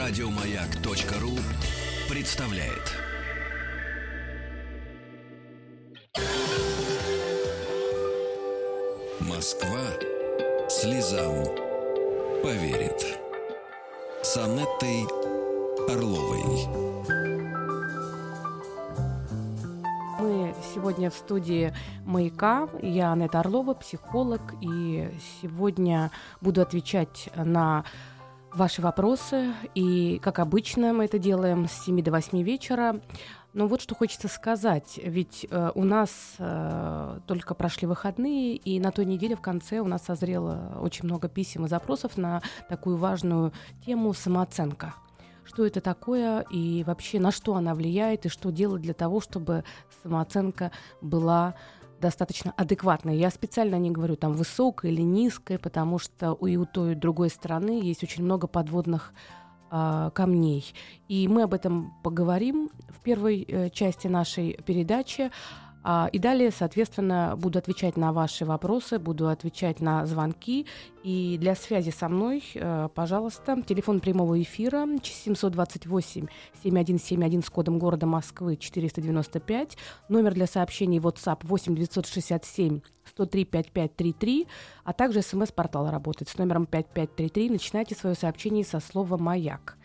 Радиомаяк.ру представляет. Москва слезам поверит. С Анеттой Орловой. Мы сегодня в студии «Маяка». Я Анетта Орлова, психолог. И сегодня буду отвечать на ваши вопросы. И, как обычно, мы это делаем с 7 до 8 вечера. Но вот что хочется сказать. Ведь у нас только прошли выходные, и на той неделе в конце у нас созрело очень много писем и запросов на такую важную тему самооценка. Что это такое и вообще на что она влияет, и что делать для того, чтобы самооценка была достаточно адекватной. Я специально не говорю там высокой или низкой, потому что и у той, и у другой стороны есть очень много подводных камней. И мы об этом поговорим в первой части нашей передачи. И далее, соответственно, буду отвечать на ваши вопросы, буду отвечать на звонки. И для связи со мной, пожалуйста, телефон прямого эфира 728-7171 с кодом города Москвы 495, номер для сообщений WhatsApp 8-967-103-5533, а также СМС-портал работает с номером 5533. Начинайте свое сообщение со слова «Маяк».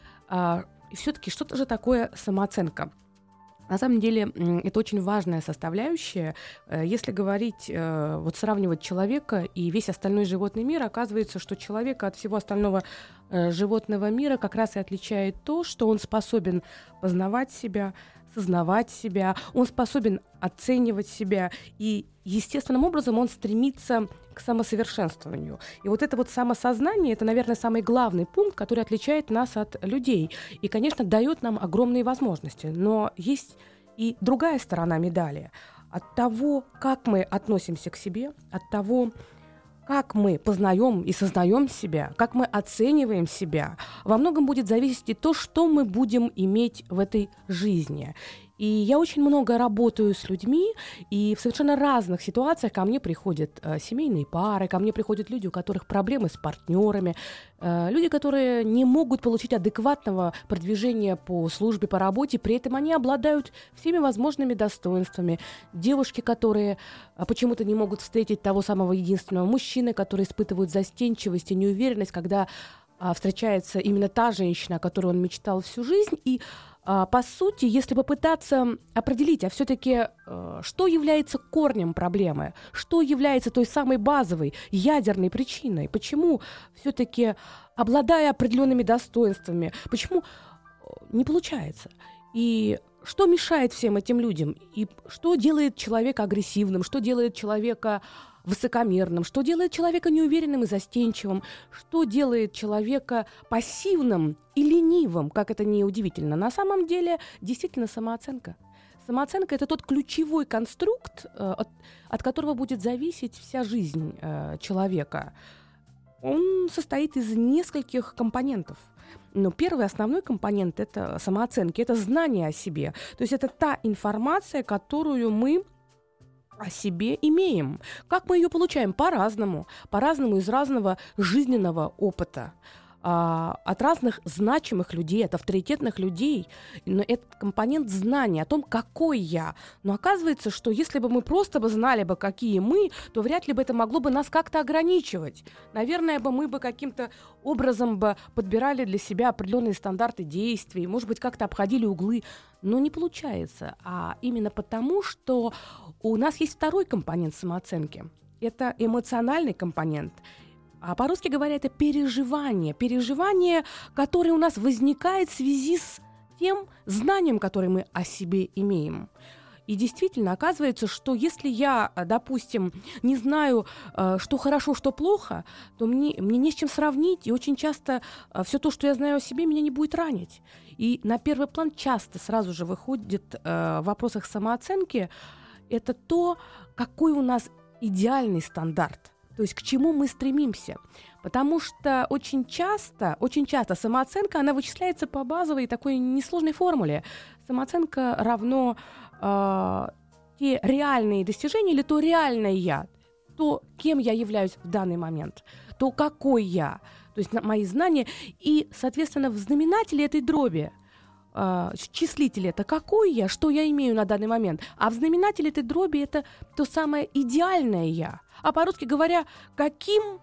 И все-таки что-то же такое самооценка? На самом деле это очень важная составляющая. Если говорить, вот сравнивать человека и весь остальной животный мир, оказывается, что человека от всего остального животного мира как раз и отличает то, что он способен познавать себя, сознавать себя, он способен оценивать себя, и естественным образом он стремится к самосовершенствованию. И вот это вот самосознание, это, наверное, самый главный пункт, который отличает нас от людей. И, конечно, дает нам огромные возможности. Но есть и другая сторона медали. От того, как мы относимся к себе, от того, как мы познаем и сознаем себя, как мы оцениваем себя, во многом будет зависеть и то, что мы будем иметь в этой жизни. И я очень много работаю с людьми, и в совершенно разных ситуациях ко мне приходят семейные пары, ко мне приходят люди, у которых проблемы с партнерами, люди, которые не могут получить адекватного продвижения по службе, по работе, при этом они обладают всеми возможными достоинствами. Девушки, которые почему-то не могут встретить того самого единственного мужчины, которые испытывают застенчивость и неуверенность, когда встречается именно та женщина, о которой он мечтал всю жизнь. И по сути, если попытаться определить, а все-таки что является корнем проблемы, что является той самой базовой, ядерной причиной, почему все-таки, обладая определенными достоинствами, почему не получается, и что мешает всем этим людям, и что делает человека агрессивным, что делает человека высокомерным, что делает человека неуверенным и застенчивым, что делает человека пассивным и ленивым, как это не удивительно. На самом деле, действительно, самооценка. Самооценка – это тот ключевой конструкт, от которого будет зависеть вся жизнь человека. Он состоит из нескольких компонентов. Но первый основной компонент – это самооценка, это знание о себе. То есть это та информация, которую мы о себе имеем. Как мы ее получаем? По-разному из разного жизненного опыта, от разных значимых людей, от авторитетных людей. Но этот компонент знания о том, какой я. Но оказывается, что если бы мы просто знали бы, какие мы, то вряд ли бы это могло бы нас как-то ограничивать. Наверное, мы бы каким-то образом бы подбирали для себя определенные стандарты действий, может быть, как-то обходили углы. Но не получается. А именно потому, что у нас есть второй компонент самооценки. Это эмоциональный компонент. А по-русски говоря, это переживание, которое у нас возникает в связи с тем знанием, которое мы о себе имеем. И действительно, оказывается, что если я, допустим, не знаю, что хорошо, что плохо, то мне не с чем сравнить, и очень часто все то, что я знаю о себе, меня не будет ранить. И на первый план часто сразу же выходит в вопросах самооценки это то, какой у нас идеальный стандарт. То есть к чему мы стремимся. Потому что очень часто самооценка, она вычисляется по базовой такой несложной формуле. Самооценка равно те реальные достижения или то реальное я. то, кем я являюсь в данный момент, то какой я, то есть мои знания, и, соответственно, в знаменателе этой дроби, числитель это какой я, что я имею на данный момент, а в знаменателе этой дроби это то самое идеальное я. А по-русски говоря, каким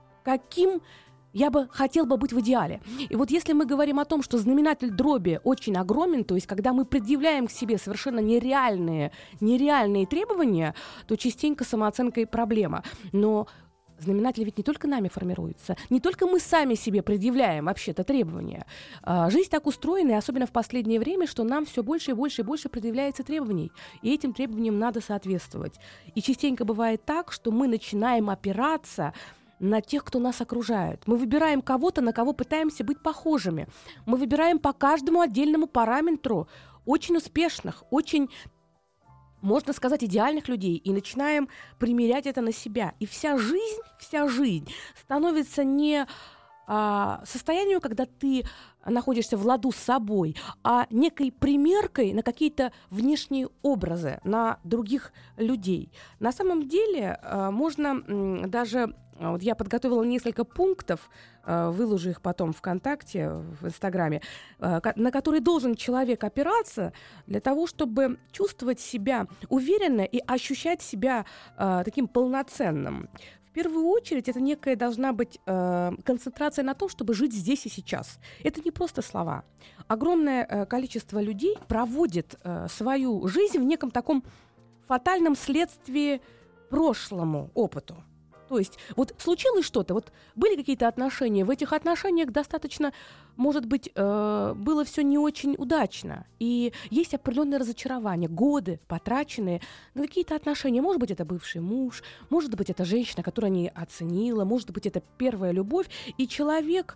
я бы хотел бы быть в идеале. И вот если мы говорим о том, что знаменатель дроби очень огромен, то есть когда мы предъявляем к себе совершенно нереальные требования, то частенько с самооценкой проблема. Но знаменатель ведь не только нами формируется, не только мы сами себе предъявляем вообще-то требования. Жизнь так устроена, и особенно в последнее время, что нам все больше и больше и больше предъявляется требований, и этим требованиям надо соответствовать. И частенько бывает так, что мы начинаем опираться на тех, кто нас окружает. Мы выбираем кого-то, на кого пытаемся быть похожими. Мы выбираем по каждому отдельному параметру очень успешных, очень, можно сказать, идеальных людей, и начинаем примерять это на себя. И вся жизнь становится не состоянию, когда ты находишься в ладу с собой, а некой примеркой на какие-то внешние образы, на других людей. На самом деле можно даже... Вот я подготовила несколько пунктов, выложу их потом ВКонтакте, в Инстаграме, на которые должен человек опираться для того, чтобы чувствовать себя уверенно и ощущать себя таким полноценным. В первую очередь, это некая должна быть концентрация на том, чтобы жить здесь и сейчас. Это не просто слова. Огромное количество людей проводит свою жизнь в неком таком фатальном следствии прошлому опыту. То есть вот случилось что-то, вот были какие-то отношения, в этих отношениях достаточно, может быть, было все не очень удачно, и есть определенное разочарование, годы потраченные на какие-то отношения. Может быть, это бывший муж, может быть, это женщина, которая не оценила, может быть, это первая любовь, и человек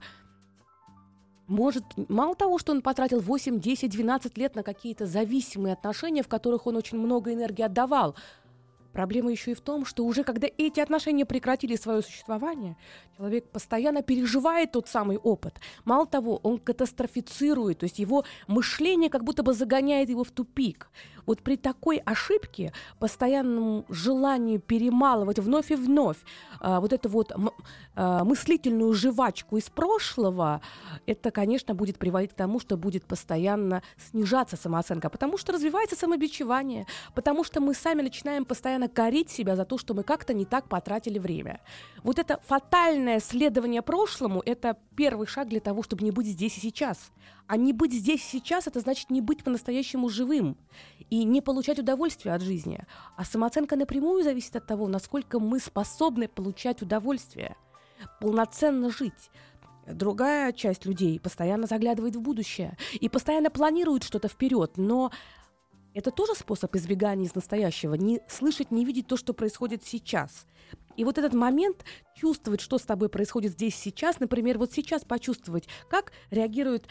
может, мало того, что он потратил 8, 10, 12 лет на какие-то зависимые отношения, в которых он очень много энергии отдавал, проблема еще и в том, что уже когда эти отношения прекратили свое существование, человек постоянно переживает тот самый опыт. Мало того, он катастрофицирует, то есть его мышление как будто бы загоняет его в тупик. Вот при такой ошибке, постоянному желанию перемалывать вновь и вновь вот эту вот мыслительную жвачку из прошлого, это, конечно, будет приводить к тому, что будет постоянно снижаться самооценка, потому что развивается самобичевание, потому что мы сами начинаем постоянно корить себя за то, что мы как-то не так потратили время. Вот это фатальное следование прошлому – это первый шаг для того, чтобы не быть здесь и сейчас. А не быть здесь и сейчас – это значит не быть по-настоящему живым и не получать удовольствие от жизни. А самооценка напрямую зависит от того, насколько мы способны получать удовольствие, полноценно жить. Другая часть людей постоянно заглядывает в будущее и постоянно планирует что-то вперед, но это тоже способ избегания из настоящего, не слышать, не видеть то, что происходит сейчас. И вот этот момент, чувствовать, что с тобой происходит здесь сейчас, например, вот сейчас почувствовать, как реагирует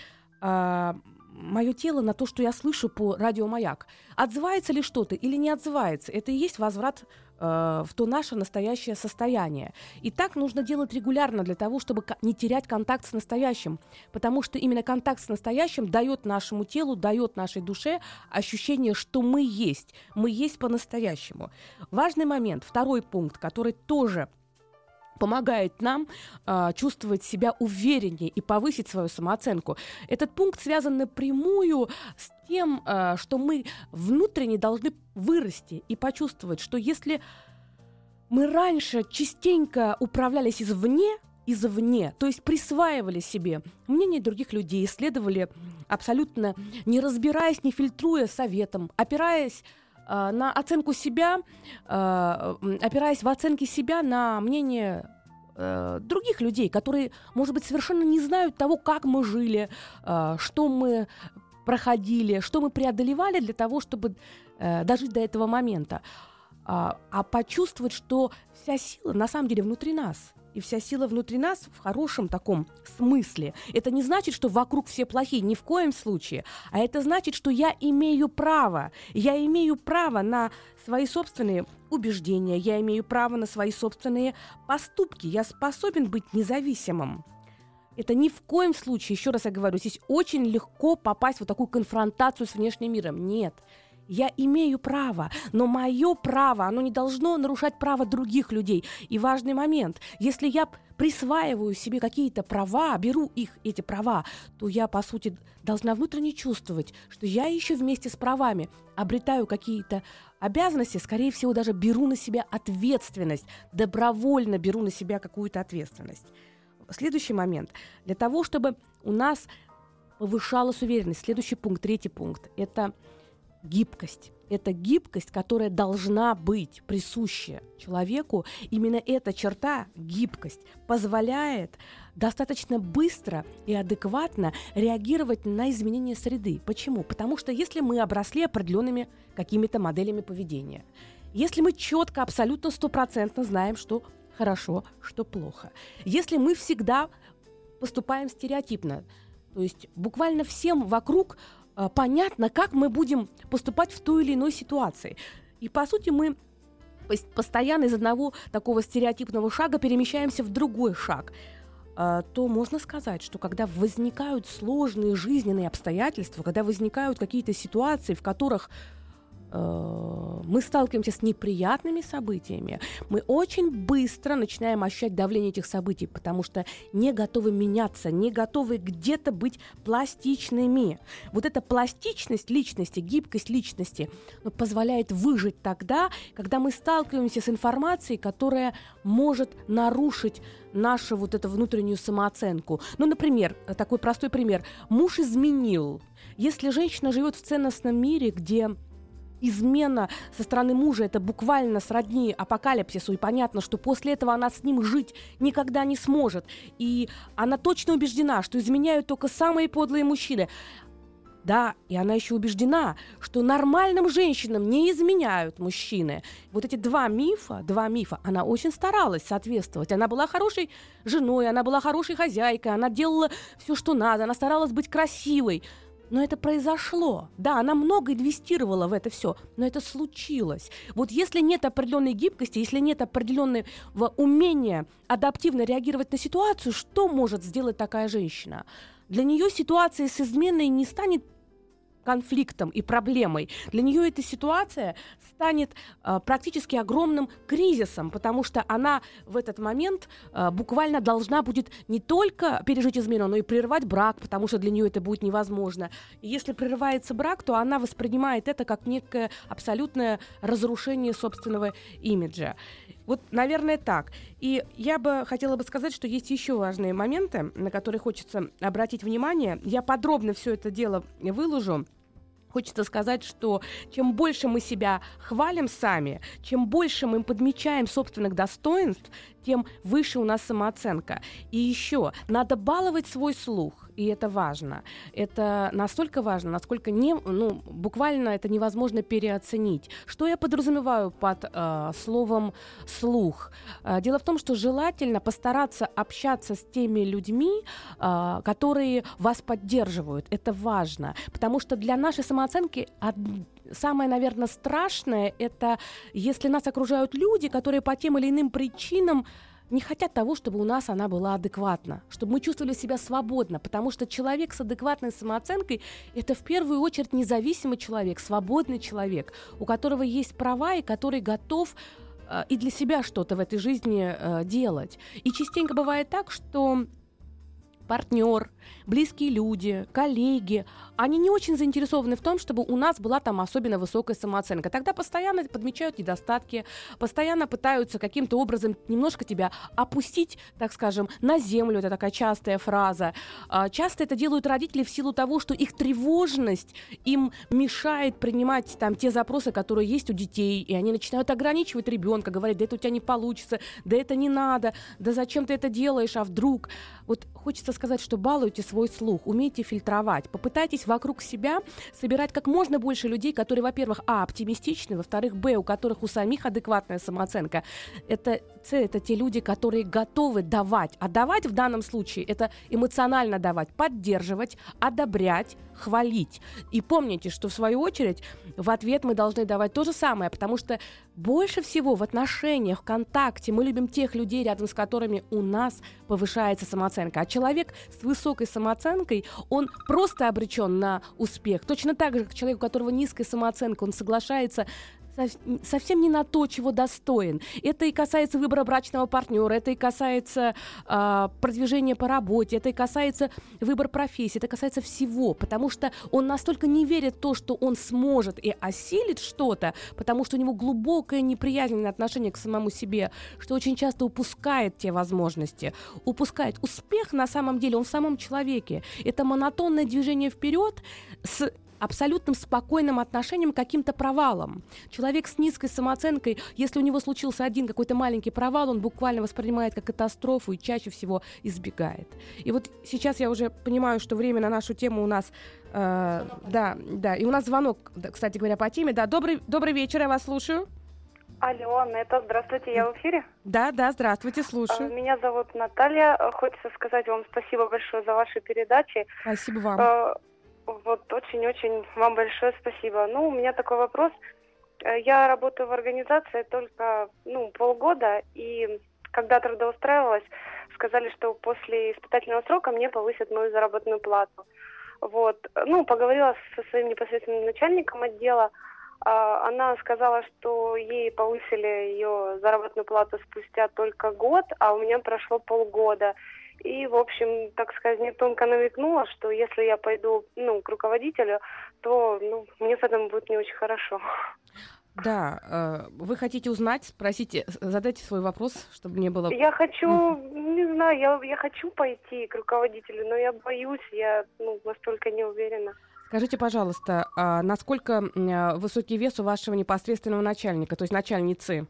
мое тело на то, что я слышу по радио «Маяк». Отзывается ли что-то или не отзывается? Это и есть возврат в то наше настоящее состояние. И так нужно делать регулярно для того, чтобы не терять контакт с настоящим. Потому что именно контакт с настоящим дает нашему телу, дает нашей душе ощущение, что мы есть по-настоящему. Важный момент, второй пункт, который тоже помогает нам чувствовать себя увереннее и повысить свою самооценку. Этот пункт связан напрямую с тем, что мы внутренне должны вырасти и почувствовать, что если мы раньше частенько управлялись извне, то есть присваивали себе мнение других людей, следовали абсолютно не разбираясь, не фильтруя советом, опираясь на оценку себя, опираясь в оценке себя на мнение других людей, которые, может быть, совершенно не знают того, как мы жили, что мы проходили, что мы преодолевали для того, чтобы дожить до этого момента. А почувствовать, что вся сила на самом деле внутри нас. И вся сила внутри нас в хорошем таком смысле. Это не значит, что вокруг все плохие, ни в коем случае. А это значит, что я имею право. Я имею право на свои собственные убеждения. Я имею право на свои собственные поступки. Я способен быть независимым. Это ни в коем случае, еще раз я говорю, здесь очень легко попасть в вот такую конфронтацию с внешним миром. Нет. Я имею право, но мое право, оно не должно нарушать право других людей. И важный момент, если я присваиваю себе какие-то права, беру эти права, то я, по сути, должна внутренне чувствовать, что я еще вместе с правами обретаю какие-то обязанности, скорее всего, даже беру на себя ответственность, добровольно беру на себя какую-то ответственность. Следующий момент. Для того, чтобы у нас повышалась уверенность, следующий пункт, третий пункт, это гибкость. Это гибкость, которая должна быть присуща человеку. Именно эта черта, гибкость, позволяет достаточно быстро и адекватно реагировать на изменения среды. Почему? Потому что если мы обросли определенными какими-то моделями поведения, если мы четко, абсолютно стопроцентно знаем, что хорошо, что плохо, если мы всегда поступаем стереотипно, то есть буквально всем вокруг понятно, как мы будем поступать в той или иной ситуации. И, по сути, мы постоянно из одного такого стереотипного шага перемещаемся в другой шаг. То можно сказать, что когда возникают сложные жизненные обстоятельства, когда возникают какие-то ситуации, в которых мы сталкиваемся с неприятными событиями, мы очень быстро начинаем ощущать давление этих событий, потому что не готовы меняться, не готовы где-то быть пластичными. Вот эта пластичность личности, гибкость личности позволяет выжить тогда, когда мы сталкиваемся с информацией, которая может нарушить нашу вот эту внутреннюю самооценку. Ну, например, такой простой пример. Муж изменил. Если женщина живет в ценностном мире, где измена со стороны мужа — это буквально сродни апокалипсису, и понятно, что после этого она с ним жить никогда не сможет. И она точно убеждена, что изменяют только самые подлые мужчины. Да, и она еще убеждена, что нормальным женщинам не изменяют мужчины. Вот эти два мифа, она очень старалась соответствовать. Она была хорошей женой, она была хорошей хозяйкой, она делала все, что надо, она старалась быть красивой. Но это произошло. Да, она много инвестировала в это все, но это случилось. Вот если нет определенной гибкости, если нет определенного умения адаптивно реагировать на ситуацию, что может сделать такая женщина? Для нее ситуация с изменой не станет конфликтом и проблемой. Для нее эта ситуация станет практически огромным кризисом, потому что она в этот момент буквально должна будет не только пережить измену, но и прервать брак, потому что для нее это будет невозможно. И если прерывается брак, то она воспринимает это как некое абсолютное разрушение собственного имиджа. Вот, наверное, так. И я бы хотела сказать, что есть еще важные моменты, на которые хочется обратить внимание. Я подробно все это дело выложу. Хочется сказать, что чем больше мы себя хвалим сами, чем больше мы подмечаем собственных достоинств, тем выше у нас самооценка. И еще надо баловать свой слух, и это важно. Это настолько важно, насколько буквально это невозможно переоценить. Что я подразумеваю под словом «слух»? Дело в том, что желательно постараться общаться с теми людьми, которые вас поддерживают. Это важно, потому что для нашей самооценки самое, наверное, страшное — это если нас окружают люди, которые по тем или иным причинам не хотят того, чтобы у нас она была адекватна, чтобы мы чувствовали себя свободно, потому что человек с адекватной самооценкой — это в первую очередь независимый человек, свободный человек, у которого есть права и который готов и для себя что-то в этой жизни делать. И частенько бывает так, что партнер, близкие люди, коллеги, они не очень заинтересованы в том, чтобы у нас была там особенно высокая самооценка. Тогда постоянно подмечают недостатки, постоянно пытаются каким-то образом немножко тебя опустить, так скажем, на землю. Это такая частая фраза. Часто это делают родители в силу того, что их тревожность им мешает принимать там те запросы, которые есть у детей, и они начинают ограничивать ребенка, говорить: да это у тебя не получится, да это не надо, да зачем ты это делаешь, а вдруг? Вот хочется сказать, что балуйте свой слух, умейте фильтровать, попытайтесь вокруг себя собирать как можно больше людей, которые, во-первых, оптимистичны, во-вторых, у которых у самих адекватная самооценка. Это те люди, которые готовы давать. А давать в данном случае — это эмоционально давать, поддерживать, одобрять, хвалить. И помните, что в свою очередь в ответ мы должны давать то же самое, потому что больше всего в отношениях, в контакте мы любим тех людей, рядом с которыми у нас повышается самооценка. А человек, человек с высокой самооценкой, он просто обречен на успех. Точно так же, как человек, у которого низкая самооценка, он соглашается совсем не на то, чего достоин. Это и касается выбора брачного партнера, это и касается продвижения по работе, это и касается выбора профессии, это касается всего, потому что он настолько не верит в то, что он сможет и осилит что-то, потому что у него глубокое неприязненное отношение к самому себе, что очень часто упускает те возможности, упускает. Успех на самом деле, он в самом человеке. Это монотонное движение вперед с абсолютным спокойным отношением к каким-то провалам. Человек с низкой самооценкой, если у него случился один какой-то маленький провал, он буквально воспринимает как катастрофу и чаще всего избегает. И вот сейчас я уже понимаю, что время на нашу тему у нас... да, и у нас звонок, кстати говоря, по теме. Да, добрый вечер, я вас слушаю. Алло, Анетта, здравствуйте, я в эфире? Да, здравствуйте, слушаю. Меня зовут Наталья. Хочется сказать вам спасибо большое за ваши передачи. Спасибо вам. Вот очень-очень вам большое спасибо. У меня такой вопрос. Я работаю в организации только полгода, и когда трудоустраивалась, сказали, что после испытательного срока мне повысят мою заработную плату. Вот. Поговорила со своим непосредственным начальником отдела. Она сказала, что ей повысили ее заработную плату спустя только год, а у меня прошло полгода. И, в общем, так сказать, мне тонко намекнула, что если я пойду, к руководителю, то, мне с этим будет не очень хорошо. Да, вы хотите узнать, спросите, задайте свой вопрос, чтобы не было... Я хочу, не знаю, я хочу пойти к руководителю, но я боюсь, я настолько не уверена. Скажите, пожалуйста, насколько высокий вес у вашего непосредственного начальника, то есть начальницы?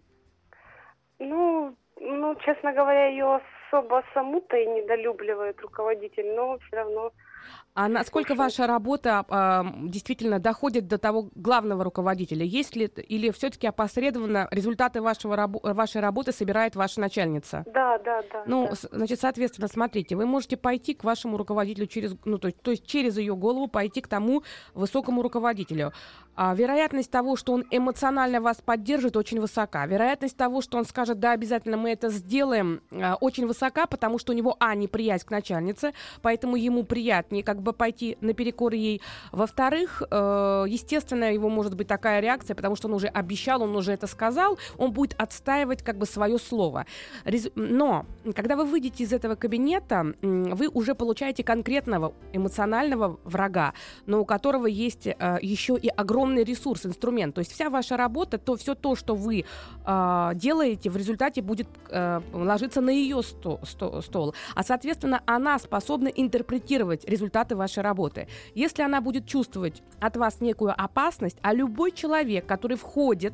Честно говоря, ее особо саму-то и недолюбливает руководитель, но все равно... А насколько ваша работа действительно доходит до того главного руководителя? Есть ли, или все-таки опосредованно результаты вашей работы собирает ваша начальница? Да. Значит, соответственно, смотрите, вы можете пойти к вашему руководителю то есть через ее голову пойти к тому высокому руководителю. Вероятность того, что он эмоционально вас поддержит, очень высока. Вероятность того, что он скажет, да, обязательно мы это сделаем, очень высока, потому что у него, неприязнь к начальнице, поэтому ему приятнее пойти наперекор ей. Во-вторых, естественно, его может быть такая реакция, потому что он уже обещал, он уже это сказал, он будет отстаивать свое слово. Но, когда вы выйдете из этого кабинета, вы уже получаете конкретного эмоционального врага, но у которого есть еще и огромный ресурс, инструмент. То есть вся ваша работа, все то, что вы делаете, в результате будет ложиться на ее стол. А, соответственно, она способна интерпретировать результаты вашей работы. Если она будет чувствовать от вас некую опасность, а любой человек, который входит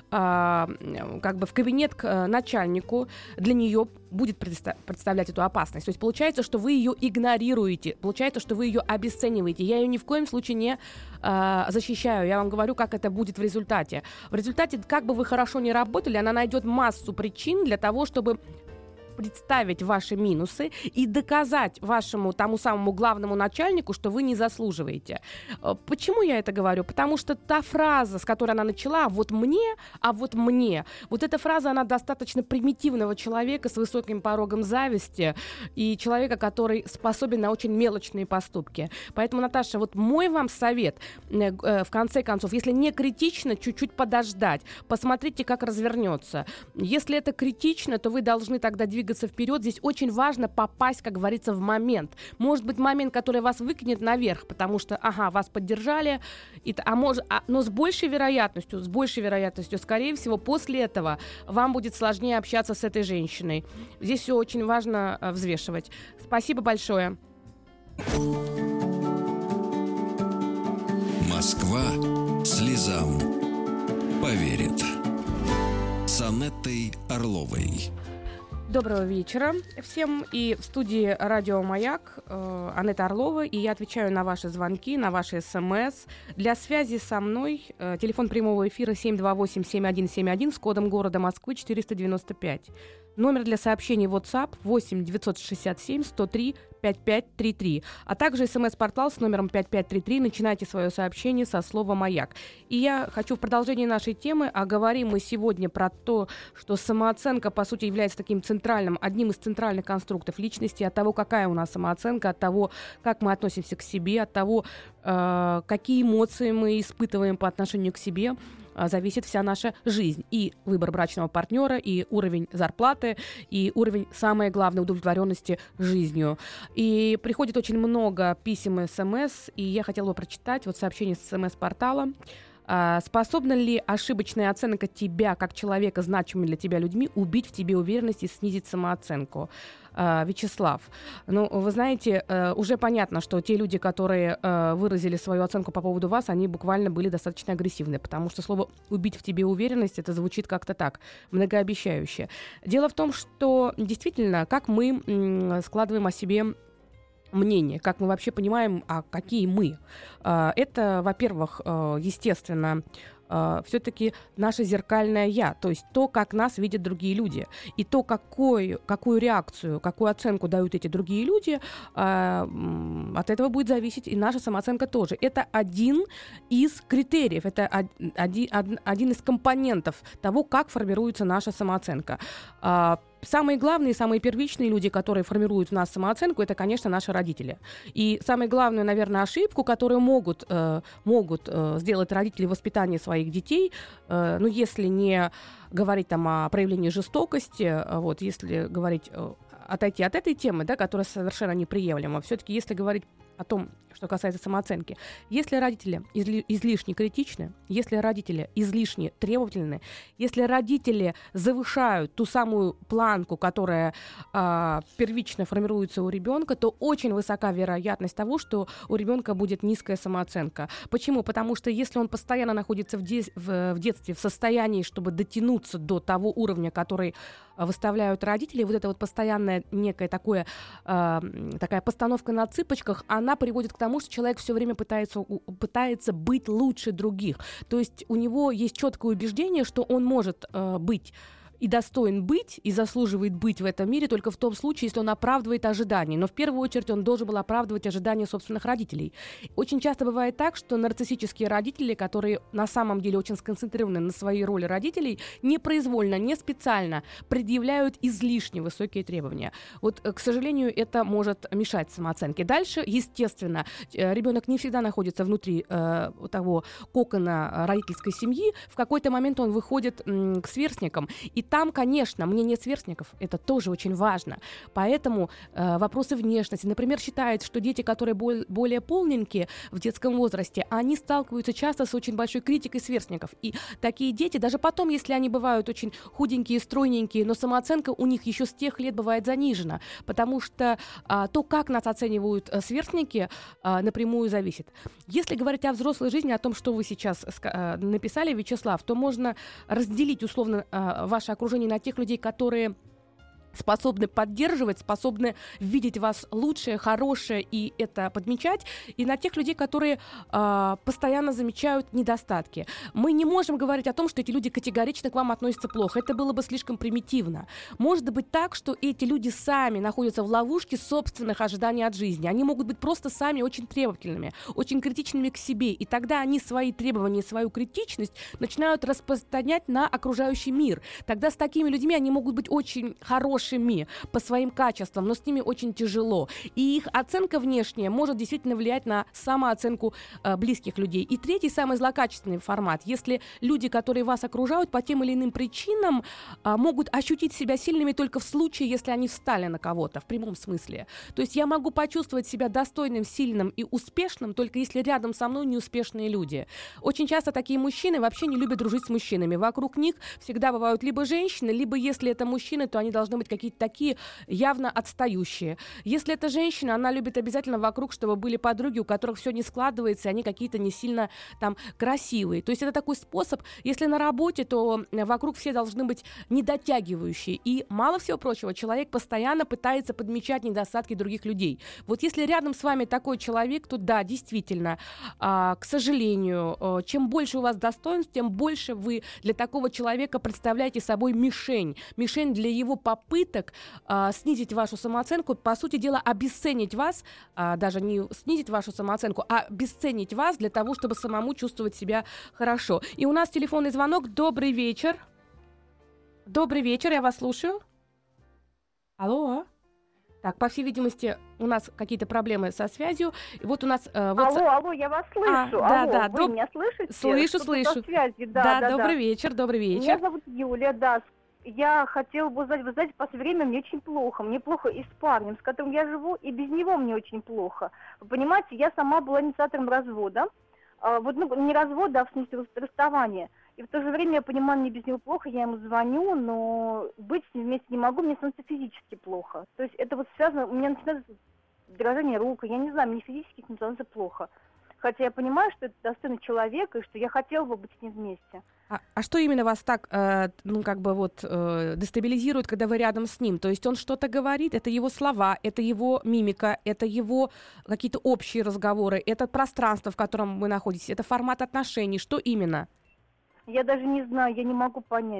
в кабинет к начальнику, для нее будет представлять эту опасность. То есть получается, что вы ее игнорируете, получается, что вы ее обесцениваете. Я ее ни в коем случае не защищаю. Я вам говорю, как это будет в результате. В результате, как бы вы хорошо ни работали, она найдет массу причин для того, чтобы представить ваши минусы и доказать вашему тому самому главному начальнику, что вы не заслуживаете. Почему я это говорю? Потому что та фраза, с которой она начала, вот мне, вот эта фраза, она достаточно примитивного человека с высоким порогом зависти и человека, который способен на очень мелочные поступки. Поэтому, Наташа, вот мой вам совет, в конце концов, если не критично, чуть-чуть подождать, посмотрите, как развернется. Если это критично, то вы должны тогда двигаться вперед. Здесь очень важно попасть, как говорится, в момент. Может быть, момент, который вас выкинет наверх, потому что, вас поддержали, но с большей вероятностью, скорее всего, после этого вам будет сложнее общаться с этой женщиной. Здесь все очень важно взвешивать. Спасибо большое. Москва слезам поверит. С Анеттой Орловой. Доброго вечера всем. И в студии радио «Маяк» Анетта Орлова. И я отвечаю на ваши звонки, на ваши СМС. Для связи со мной телефон прямого эфира 728-7171 с кодом города Москвы 495. Номер для сообщений WhatsApp 8 967 103 5533, а также смс-портал с номером 5533. Начинайте свое сообщение со слова «Маяк». И я хочу в продолжении нашей темы, а говорим мы сегодня про то, что самооценка, по сути, является таким одним из центральных конструктов личности, от того, какая у нас самооценка, от того, как мы относимся к себе, от того, какие эмоции мы испытываем по отношению к себе, зависит вся наша жизнь. И выбор брачного партнера, и уровень зарплаты, и уровень, самое главное, удовлетворенности жизнью. И приходит очень много писем и смс, и я хотела бы прочитать сообщение с смс-портала. Способна ли ошибочная оценка тебя как человека, значимыми для тебя людьми, убить в тебе уверенность и снизить самооценку? Вячеслав, вы знаете, уже понятно, что те люди, которые выразили свою оценку по поводу вас, они буквально были достаточно агрессивны, потому что слово «убить в тебе уверенность» это звучит как-то так, многообещающе. Дело в том, что действительно, как мы складываем о себе мнение, как мы вообще понимаем, какие мы. Это, во-первых, естественно, все-таки наше зеркальное «я», то есть то, как нас видят другие люди. И то, какую реакцию, какую оценку дают эти другие люди, от этого будет зависеть и наша самооценка тоже. Это один из критериев, это один из компонентов того, как формируется наша самооценка. Самые главные, самые первичные люди, которые формируют в нас самооценку, это, конечно, наши родители. И самую главную, наверное, ошибку, которую могут сделать родители в воспитании своих детей, если не говорить о проявлении жестокости, если говорить отойти от этой темы, которая совершенно неприемлема, все-таки если говорить о том, что касается самооценки. Если родители излишне критичны, если родители излишне требовательны, если родители завышают ту самую планку, которая первично формируется у ребенка, то очень высока вероятность того, что у ребенка будет низкая самооценка. Почему? Потому что если он постоянно находится в детстве в состоянии, чтобы дотянуться до того уровня, который выставляют родители, это постоянная некая такая постановка на цыпочках, она приводит к тому, что человек все время пытается быть лучше других. То есть у него есть четкое убеждение, что он может быть и достоин быть, и заслуживает быть в этом мире только в том случае, если он оправдывает ожидания. Но в первую очередь он должен был оправдывать ожидания собственных родителей. Очень часто бывает так, что нарциссические родители, которые на самом деле очень сконцентрированы на своей роли родителей, непроизвольно, не специально предъявляют излишне высокие требования. К сожалению, это может мешать самооценке. Дальше, естественно, ребенок не всегда находится внутри того кокона родительской семьи. В какой-то момент он выходит к сверстникам, и там, конечно, мнение сверстников — это тоже очень важно. Поэтому вопросы внешности. Например, считается, что дети, которые более полненькие в детском возрасте, они сталкиваются часто с очень большой критикой сверстников. И такие дети, даже потом, если они бывают очень худенькие, стройненькие, но самооценка у них еще с тех лет бывает занижена. Потому что то, как нас оценивают сверстники, напрямую зависит. Если говорить о взрослой жизни, о том, что вы сейчас написали, Вячеслав, то можно разделить условно ваше окружение на тех людей, которые способны поддерживать, способны видеть вас лучшее, хорошее и это подмечать, и на тех людей, которые постоянно замечают недостатки. Мы не можем говорить о том, что эти люди категорично к вам относятся плохо. Это было бы слишком примитивно. Может быть так, что эти люди сами находятся в ловушке собственных ожиданий от жизни. Они могут быть просто сами очень требовательными, очень критичными к себе, и тогда они свои требования, свою критичность начинают распространять на окружающий мир. Тогда с такими людьми они могут быть очень хорошими по своим качествам, но с ними очень тяжело. И их оценка внешняя может действительно влиять на самооценку близких людей. И третий, самый злокачественный формат. Если люди, которые вас окружают, по тем или иным причинам могут ощутить себя сильными только в случае, если они встали на кого-то, в прямом смысле. То есть я могу почувствовать себя достойным, сильным и успешным, только если рядом со мной неуспешные люди. Очень часто такие мужчины вообще не любят дружить с мужчинами. Вокруг них всегда бывают либо женщины, либо, если это мужчины, то они должны быть быть какие-то такие явно отстающие. Если это женщина, она любит обязательно вокруг, чтобы были подруги, у которых все не складывается, и они какие-то не сильно там красивые. То есть это такой способ, если на работе, то вокруг все должны быть недотягивающие. И мало всего прочего, человек постоянно пытается подмечать недостатки других людей. Вот если рядом с вами такой человек, то да, действительно, к сожалению, чем больше у вас достоинств, тем больше вы для такого человека представляете собой мишень для его попыток снизить вашу самооценку, по сути дела, обесценить вас, даже не снизить вашу самооценку, а обесценить вас для того, чтобы самому чувствовать себя хорошо. И у нас телефонный звонок. Добрый вечер. Добрый вечер, я вас слушаю. Алло. Так, по всей видимости, у нас какие-то проблемы со связью. И вот у нас... Алло, я вас слышу. Да, вы меня слышите? Слышу. Со связи. Добрый вечер. Меня зовут Юлия, да. Я хотела бы узнать, вы знаете, в последнее время мне очень плохо. Мне плохо и с парнем, с которым я живу, и без него мне очень плохо. Вы понимаете, я сама была инициатором развода. Не развода, а в смысле расставания. И в то же время я понимаю, мне без него плохо, я ему звоню, но быть с ним вместе не могу, мне становится физически плохо. То есть это вот связано, у меня начинается дрожание рук, я не знаю, мне физически с ним становится плохо. Хотя я понимаю, что это достойный человек, и что я хотела бы быть с ним вместе. А что именно вас так, дестабилизирует, когда вы рядом с ним? То есть он что-то говорит, это его слова, это его мимика, это его какие-то общие разговоры, это пространство, в котором вы находитесь, это формат отношений, что именно? Я даже не знаю, я не могу понять.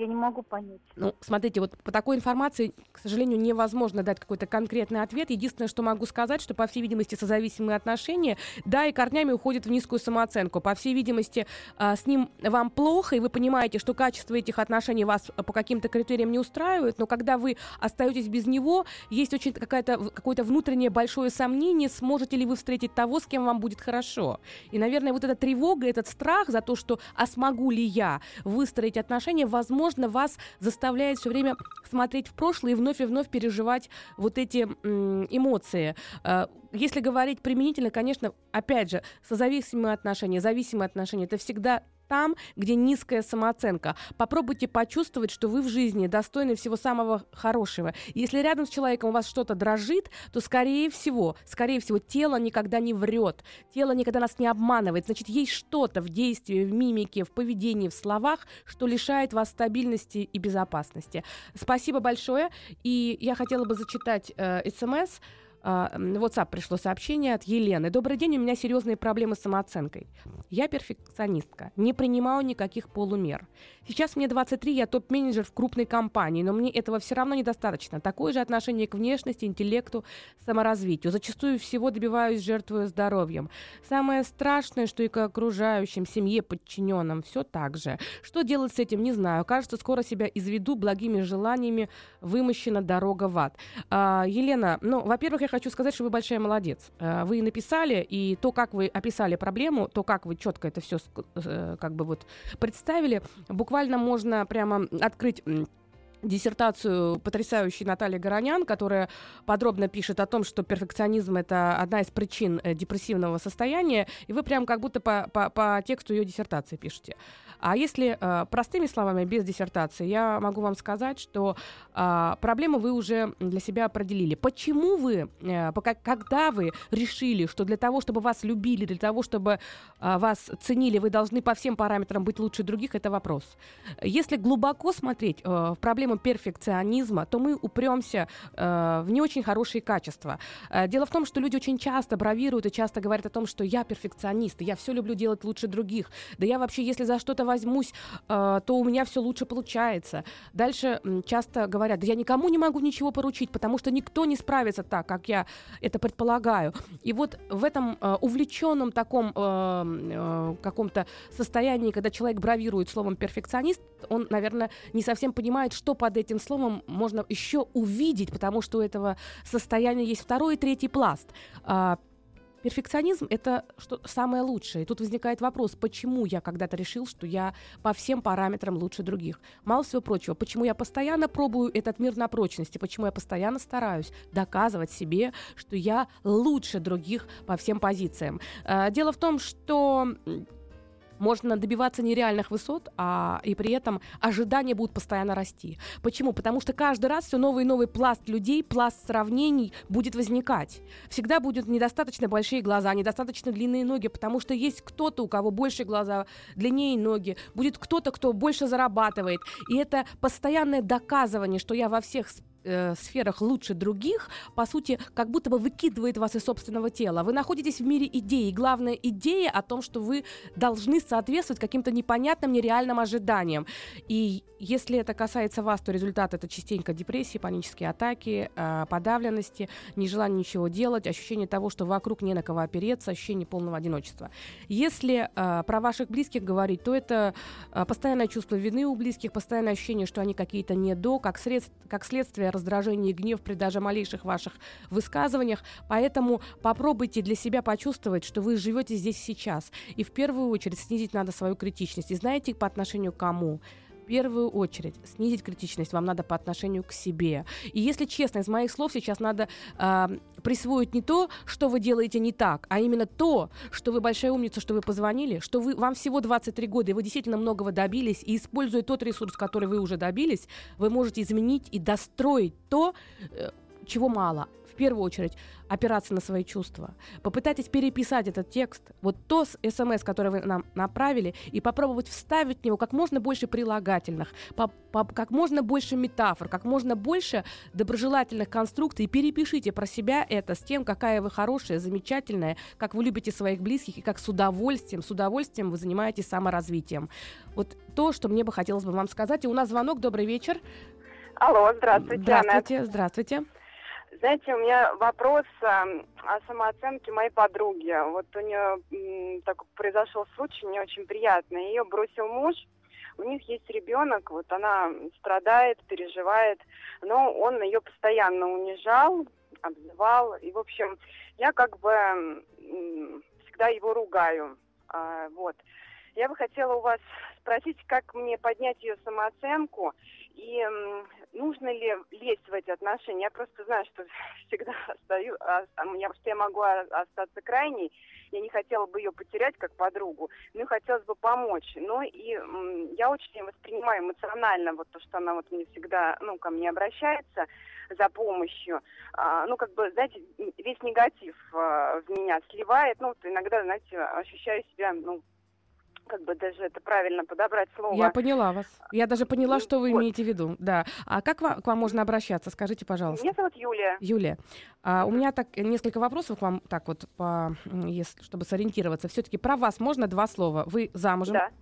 Ну, смотрите, вот по такой информации, к сожалению, невозможно дать какой-то конкретный ответ. Единственное, что могу сказать, что, по всей видимости, созависимые отношения, да, и корнями уходят в низкую самооценку. По всей видимости, с ним вам плохо, и вы понимаете, что качество этих отношений вас по каким-то критериям не устраивает, но когда вы остаетесь без него, есть очень какое-то внутреннее большое сомнение, сможете ли вы встретить того, с кем вам будет хорошо. И, наверное, вот эта тревога, этот страх за то, что смогу ли я выстроить отношения, возможно, вас заставляет все время смотреть в прошлое и вновь переживать вот эти эмоции. Если говорить применительно, конечно, опять же, созависимые отношения, зависимые отношения — это всегда там, где низкая самооценка. Попробуйте почувствовать, что вы в жизни достойны всего самого хорошего. Если рядом с человеком у вас что-то дрожит, то, скорее всего, тело никогда не врет, тело никогда нас не обманывает. Значит, есть что-то в действии, в мимике, в поведении, в словах, что лишает вас стабильности и безопасности. Спасибо большое. И я хотела бы зачитать СМС. В WhatsApp пришло сообщение от Елены. Добрый день, у меня серьезные проблемы с самооценкой. Я перфекционистка, не принимаю никаких полумер. Сейчас мне 23, я топ-менеджер в крупной компании, но мне этого все равно недостаточно. Такое же отношение к внешности, интеллекту, саморазвитию. Зачастую всего добиваюсь, жертвуя здоровьем. Самое страшное, что и к окружающим, семье, подчиненным, все так же. Что делать с этим, не знаю. Кажется, скоро себя изведу, благими желаниями вымощена дорога в ад. Елена, во-первых, я хочу сказать, что вы большая молодец. Вы написали, и то, как вы описали проблему, то, как вы четко это все представили, буквально можно прямо открыть диссертацию потрясающей Натальи Горонян, которая подробно пишет о том, что перфекционизм — это одна из причин депрессивного состояния, и вы прям как будто по тексту ее диссертации пишете. А если простыми словами, без диссертации, я могу вам сказать, что проблему вы уже для себя определили. Почему вы, когда вы решили, что для того, чтобы вас любили, для того, чтобы вас ценили, вы должны по всем параметрам быть лучше других, это вопрос. Если глубоко смотреть в проблему перфекционизма, то мы упремся в не очень хорошие качества. Дело в том, что люди очень часто бравируют и часто говорят о том, что я перфекционист, я все люблю делать лучше других, да я вообще, если за что-то возьмусь, то у меня все лучше получается. Дальше часто говорят, да я никому не могу ничего поручить, потому что никто не справится так, как я это предполагаю. И вот в этом увлеченном таком каком-то состоянии, когда человек бравирует словом перфекционист, он, наверное, не совсем понимает, что под этим словом можно еще увидеть, потому что у этого состояния есть второй и третий пласт. Перфекционизм — это что самое лучшее. И тут возникает вопрос, почему я когда-то решил, что я по всем параметрам лучше других. Мало всего прочего, почему я постоянно пробую этот мир на прочности, почему я постоянно стараюсь доказывать себе, что я лучше других по всем позициям. Дело в том, что можно добиваться нереальных высот, и при этом ожидания будут постоянно расти. Почему? Потому что каждый раз все новый и новый пласт людей, пласт сравнений будет возникать. Всегда будут недостаточно большие глаза, недостаточно длинные ноги, потому что есть кто-то, у кого больше глаза, длиннее ноги, будет кто-то, кто больше зарабатывает. И это постоянное доказывание, что я во всех сферах лучше других, по сути, как будто бы выкидывает вас из собственного тела. Вы находитесь в мире идей. Главная идея о том, что вы должны соответствовать каким-то непонятным, нереальным ожиданиям. И если это касается вас, то результат — это частенько депрессии, панические атаки, подавленности, нежелание ничего делать, ощущение того, что вокруг не на кого опереться, ощущение полного одиночества. Если про ваших близких говорить, то это постоянное чувство вины у близких, постоянное ощущение, что они какие-то как следствие раздражение и гнев при даже малейших ваших высказываниях. Поэтому попробуйте для себя почувствовать, что вы живете здесь сейчас. И в первую очередь снизить надо свою критичность. И знаете, по отношению к кому? В первую очередь снизить критичность вам надо по отношению к себе. И если честно, из моих слов сейчас надо присвоить не то, что вы делаете не так, а именно то, что вы большая умница, что вы позвонили, что вам всего 23 года, и вы действительно многого добились, и используя тот ресурс, который вы уже добились, вы можете изменить и достроить то, чего мало. В первую очередь опираться на свои чувства. Попытайтесь переписать этот текст, вот то СМС, который вы нам направили, и попробовать вставить в него как можно больше прилагательных, как можно больше метафор, как можно больше доброжелательных конструкций. И перепишите про себя это с тем, какая вы хорошая, замечательная, как вы любите своих близких и как с удовольствием вы занимаетесь саморазвитием. Вот то, что мне бы хотелось бы вам сказать. И у нас звонок. Добрый вечер. Алло, здравствуйте. Здравствуйте. Знаете, у меня вопрос о самооценке моей подруги. Вот у нее так произошел случай не очень приятный. Ее бросил муж, у них есть ребенок, вот она страдает, переживает, но он ее постоянно унижал, обзывал. И, в общем, я как бы всегда его ругаю. Вот. Я бы хотела у вас спросить, как мне поднять ее самооценку и нужно ли лезть в эти отношения. Я просто знаю, что всегда я могу остаться крайней. Я не хотела бы ее потерять как подругу, но хотелось бы помочь. Но и я очень воспринимаю эмоционально вот то, что она вот мне всегда, ко мне обращается за помощью. Знаете, весь негатив в меня сливает. Иногда, знаете, ощущаю себя, даже это правильно подобрать слово. Я поняла вас. Я даже поняла, что вы имеете в виду. Да. А как к вам можно обращаться? Скажите, пожалуйста. Меня зовут Юлия. Юлия. У меня несколько вопросов к вам, чтобы сориентироваться. Все-таки про вас можно 2 слова. Вы замужем? Да.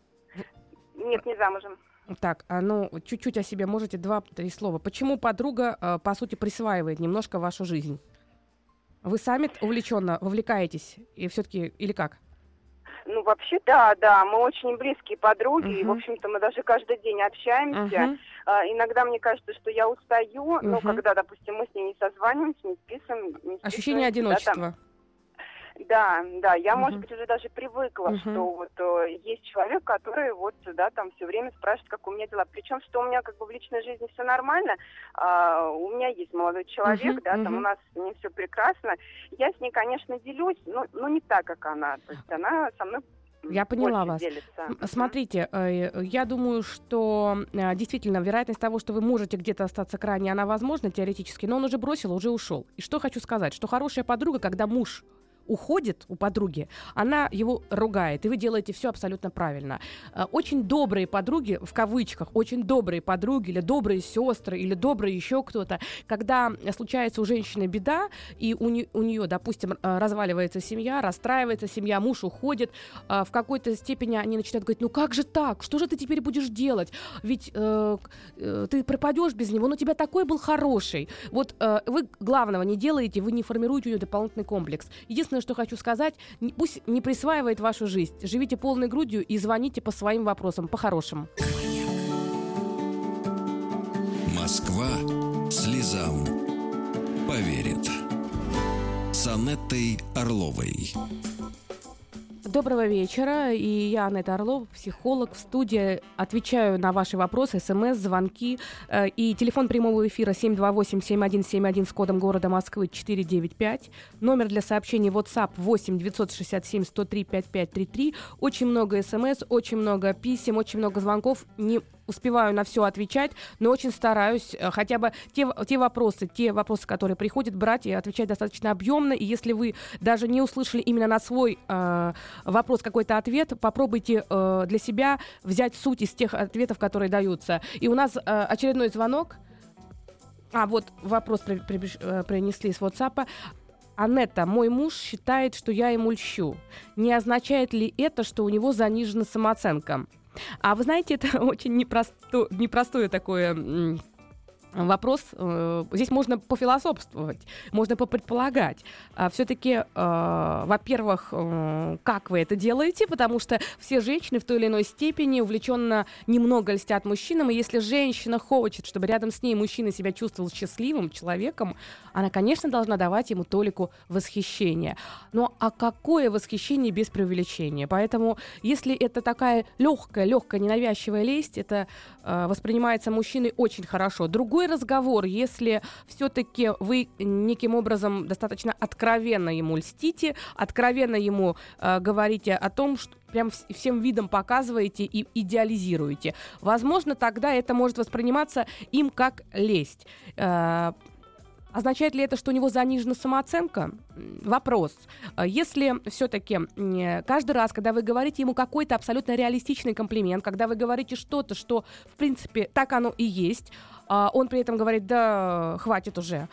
Нет, не замужем. Так, чуть-чуть о себе можете 2-3 слова. Почему подруга, по сути, присваивает немножко вашу жизнь? Вы сами увлеченно вовлекаетесь? И все-таки, или как? Вообще, да, мы очень близкие подруги, и, в общем-то, мы даже каждый день общаемся. Иногда мне кажется, что я устаю, но когда, допустим, мы с ней не созваниваемся, не списываем. Ощущение одиночества. Да, я, может быть, уже даже привыкла, что есть человек, который все время спрашивает, как у меня дела. Причем, что у меня в личной жизни все нормально, у меня есть молодой человек, у нас с ним все прекрасно. Я с ней, конечно, делюсь, но не так, как она. То есть она со мной Я поняла вас. Делится. Смотрите, я думаю, что действительно вероятность того, что вы можете где-то остаться крайне, она возможна теоретически, но он уже бросил, уже ушел. И что хочу сказать, что хорошая подруга, когда муж уходит у подруги, она его ругает, и вы делаете все абсолютно правильно. Очень добрые подруги, в кавычках, очень добрые подруги, или добрые сестры, или добрые еще кто-то, когда случается у женщины беда, и у нее, допустим, разваливается семья, расстраивается семья, муж уходит, в какой-то степени они начинают говорить, как же так, что же ты теперь будешь делать, ведь ты пропадешь без него, но у тебя такой был хороший. Вот вы главного не делаете, вы не формируете у нее дополнительный комплекс. Единственное, что хочу сказать, пусть не присваивает вашу жизнь. Живите полной грудью и звоните по своим вопросам, по-хорошему. Москва слезам поверит. С Анеттой Орловой. Доброго вечера. И я, Анетта Орлова, психолог. В студии отвечаю на ваши вопросы, смс, звонки. И телефон прямого эфира 728-7171 с кодом города Москвы 495. Номер для сообщений WhatsApp 8-967-103-5533. Очень много смс, очень много писем, очень много звонков. Не успеваю на все отвечать, но очень стараюсь хотя бы те вопросы, которые приходят, брать и отвечать достаточно объемно. И если вы даже не услышали именно на свой вопрос какой-то ответ, попробуйте для себя взять суть из тех ответов, которые даются. И у нас очередной звонок. Вот вопрос принесли с WhatsApp. Анетта, мой муж считает, что я ему льщу. Не означает ли это, что у него занижена самооценка? А вы знаете, это очень непростое такое вопрос. Здесь можно пофилософствовать, можно попредполагать. Все-таки, во-первых, как вы это делаете, потому что все женщины в той или иной степени увлеченно немного льстят мужчинам, и если женщина хочет, чтобы рядом с ней мужчина себя чувствовал счастливым человеком, она, конечно, должна давать ему толику восхищения. Но какое восхищение без преувеличения? Поэтому, если это такая легкая, ненавязчивая лесть, это воспринимается мужчиной очень хорошо. Другой разговор, если все-таки вы неким образом достаточно откровенно ему льстите, откровенно ему говорите о том, что прям всем видом показываете и идеализируете. Возможно, тогда это может восприниматься им как лесть. Означает ли это, что у него занижена самооценка? Вопрос. Если все-таки каждый раз, когда вы говорите ему какой-то абсолютно реалистичный комплимент, когда вы говорите что-то, что, в принципе, так оно и есть, он при этом говорит: да, хватит уже,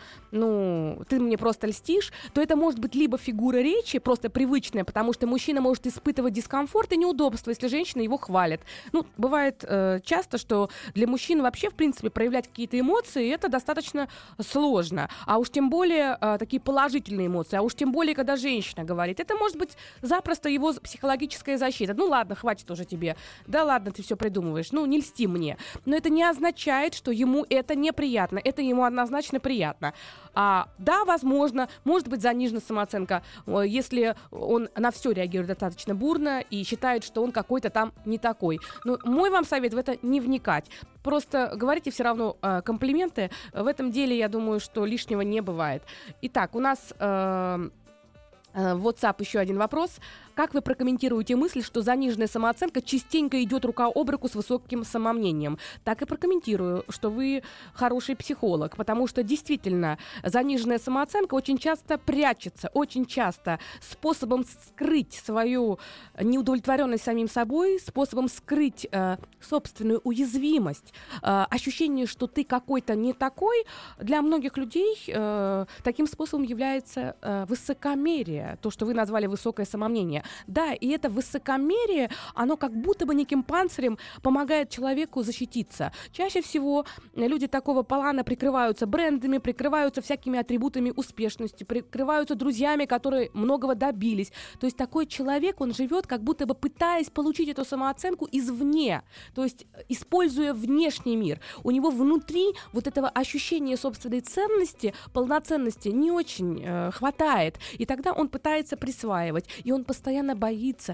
ты мне просто льстишь, то это может быть либо фигура речи, просто привычная, потому что мужчина может испытывать дискомфорт и неудобство, если женщина его хвалит. Бывает часто, что для мужчин вообще, в принципе, проявлять какие-то эмоции, это достаточно сложно. А уж тем более такие положительные эмоции, а уж тем более, когда женщина говорит. Это может быть запросто его психологическая защита. Ладно, хватит уже тебе. Да ладно, ты все придумываешь. Не льсти мне. Но это не означает, что ему это неприятно. Это ему однозначно приятно. Да, возможно, может быть занижена самооценка, если он на все реагирует достаточно бурно и считает, что он какой-то там не такой. Но мой вам совет в это не вникать. Просто говорите все равно комплименты. В этом деле, я думаю, что лишнего не бывает. Итак, у нас в WhatsApp еще один вопрос. Как вы прокомментируете мысль, что заниженная самооценка частенько идет рука об руку с высоким самомнением? Так и прокомментирую, что вы хороший психолог, потому что действительно заниженная самооценка очень часто прячется, очень часто способом скрыть свою неудовлетворенность самим собой, способом скрыть собственную уязвимость, ощущение, что ты какой-то не такой, для многих людей таким способом является высокомерие, то, что вы назвали высокое самомнение. Да, и это высокомерие, оно как будто бы неким панцирем помогает человеку защититься. Чаще всего люди такого плана прикрываются брендами, прикрываются всякими атрибутами успешности, прикрываются друзьями, которые многого добились. То есть такой человек, он живет как будто бы пытаясь получить эту самооценку извне, то есть используя внешний мир. У него внутри вот этого ощущения собственной ценности, полноценности не очень хватает. И тогда он пытается присваивать, и он постоянно боится,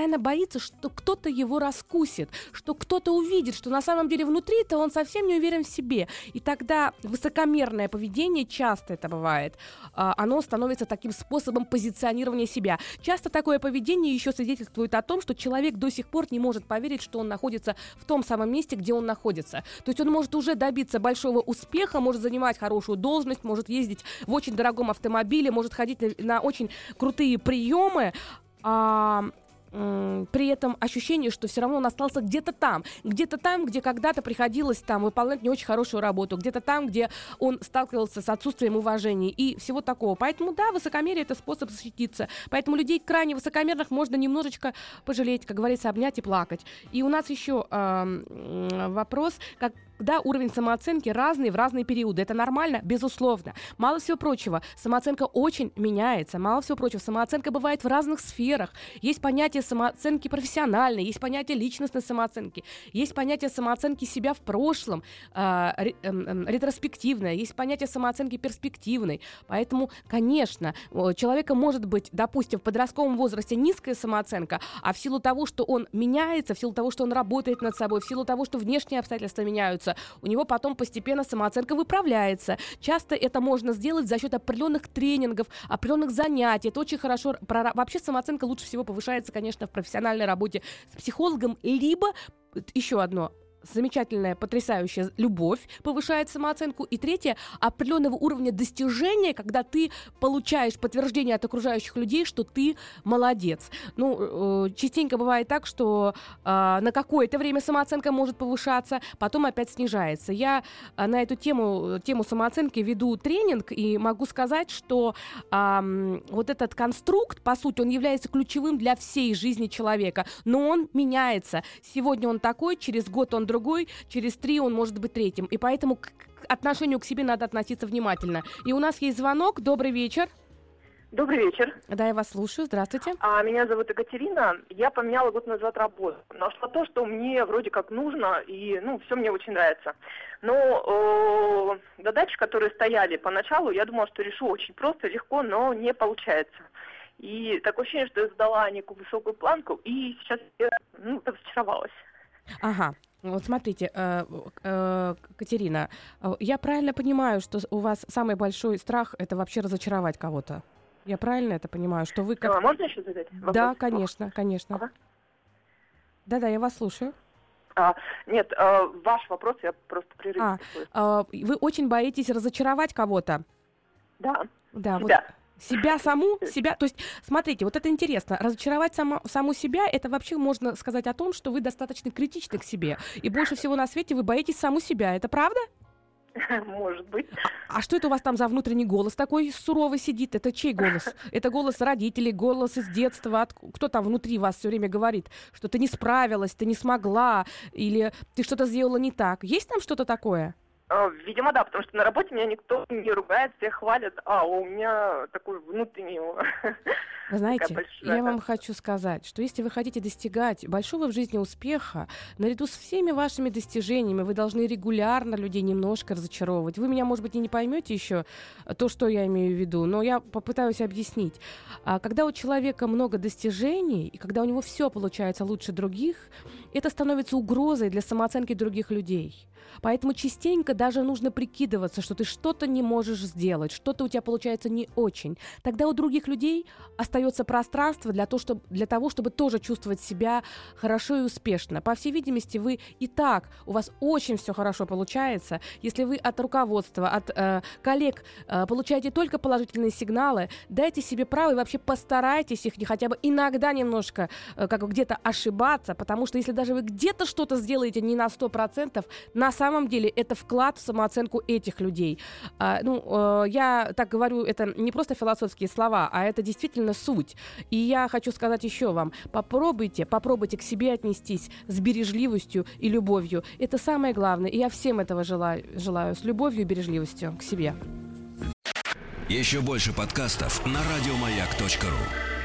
что кто-то его раскусит, что кто-то увидит, что на самом деле внутри-то он совсем не уверен в себе. И тогда высокомерное поведение, часто это бывает, оно становится таким способом позиционирования себя. Часто такое поведение еще свидетельствует о том, что человек до сих пор не может поверить, что он находится в том самом месте, где он находится. То есть он может уже добиться большого успеха, может занимать хорошую должность, может ездить в очень дорогом автомобиле, может ходить на очень крутые приемы, при этом ощущение, что все равно он остался где-то там, где когда-то приходилось выполнять не очень хорошую работу, где-то там, где он сталкивался с отсутствием уважения и всего такого. Поэтому, да, высокомерие — это способ защититься. Поэтому людей крайне высокомерных можно немножечко пожалеть, как говорится, обнять и плакать. И у нас еще вопрос, всегда уровень самооценки разный в разные периоды. Это нормально? Безусловно. Мало всего прочего, самооценка очень меняется. Мало всего прочего, самооценка бывает в разных сферах. Есть понятие самооценки профессиональной, есть понятие личностной самооценки, есть понятие самооценки себя в прошлом, ретроспективное, есть понятие самооценки перспективной. Поэтому, конечно, у человека может быть, допустим, в подростковом возрасте низкая самооценка, а в силу того, что он меняется, в силу того, что он работает над собой, в силу того, что внешние обстоятельства меняются, у него потом постепенно самооценка выправляется. Часто это можно сделать за счет определенных тренингов, определенных занятий. Это очень хорошо. Вообще самооценка лучше всего повышается, конечно, в профессиональной работе с психологом, либо еще одно замечательная, потрясающая любовь повышает самооценку. И третье, определенного уровня достижения, когда ты получаешь подтверждение от окружающих людей, что ты молодец. Частенько бывает так, что на какое-то время самооценка может повышаться, потом опять снижается. Я на эту тему самооценки веду тренинг, и могу сказать, что вот этот конструкт, по сути, он является ключевым для всей жизни человека, но он меняется. Сегодня он такой, через год он другой, через 3 он может быть третьим. И поэтому к отношению к себе надо относиться внимательно. И у нас есть звонок. Добрый вечер. Добрый вечер. Да, я вас слушаю. Здравствуйте. Меня зовут Екатерина. Я поменяла год назад работу. Нашла то, что мне вроде как нужно, и, все мне очень нравится. Но задачи, которые стояли поначалу, я думала, что решу очень просто, легко, но не получается. И такое ощущение, что я задала некую высокую планку, и сейчас я разочаровалась. Ага. Вот смотрите, Катерина, я правильно понимаю, что у вас самый большой страх — это вообще разочаровать кого-то? Я правильно это понимаю, что вы как... Можно еще задать вопрос? Да, конечно. Ага. Да, я вас слушаю. Нет, ваш вопрос я просто прерываю. Вы очень боитесь разочаровать кого-то? Да. Себя. Себя саму? Себя? То есть, смотрите, вот это интересно. Разочаровать саму себя, это вообще можно сказать о том, что вы достаточно критичны к себе. И больше всего на свете вы боитесь саму себя. Это правда? Может быть. А что это у вас там за внутренний голос такой суровый сидит? Это чей голос? Это голос родителей, голос из детства? Кто там внутри вас все время говорит, что ты не справилась, ты не смогла, или ты что-то сделала не так? Есть там что-то такое? Видимо, да, потому что на работе меня никто не ругает, все хвалят, у меня такой внутренний... Вы знаете, я вам хочу сказать, что если вы хотите достигать большого в жизни успеха, наряду с всеми вашими достижениями вы должны регулярно людей немножко разочаровывать. Вы меня, может быть, и не поймете еще то, что я имею в виду, но я попытаюсь объяснить. Когда у человека много достижений, и когда у него все получается лучше других, это становится угрозой для самооценки других людей. Поэтому частенько даже нужно прикидываться, что ты что-то не можешь сделать, что-то у тебя получается не очень. Тогда у других людей остается пространство для того, чтобы тоже чувствовать себя хорошо и успешно. По всей видимости, у вас очень все хорошо получается. Если вы от руководства, от коллег получаете только положительные сигналы, дайте себе право и вообще постарайтесь их хотя бы иногда немножко где-то ошибаться, потому что если даже вы где-то что-то сделаете не на 100%, на самом деле это вклад в самооценку этих людей. Я так говорю, это не просто философские слова, а это действительно суть. И я хочу сказать еще вам, попробуйте к себе отнестись с бережливостью и любовью. Это самое главное. И я всем этого желаю с любовью и бережливостью к себе. Еще больше подкастов на радиомаяк.ру.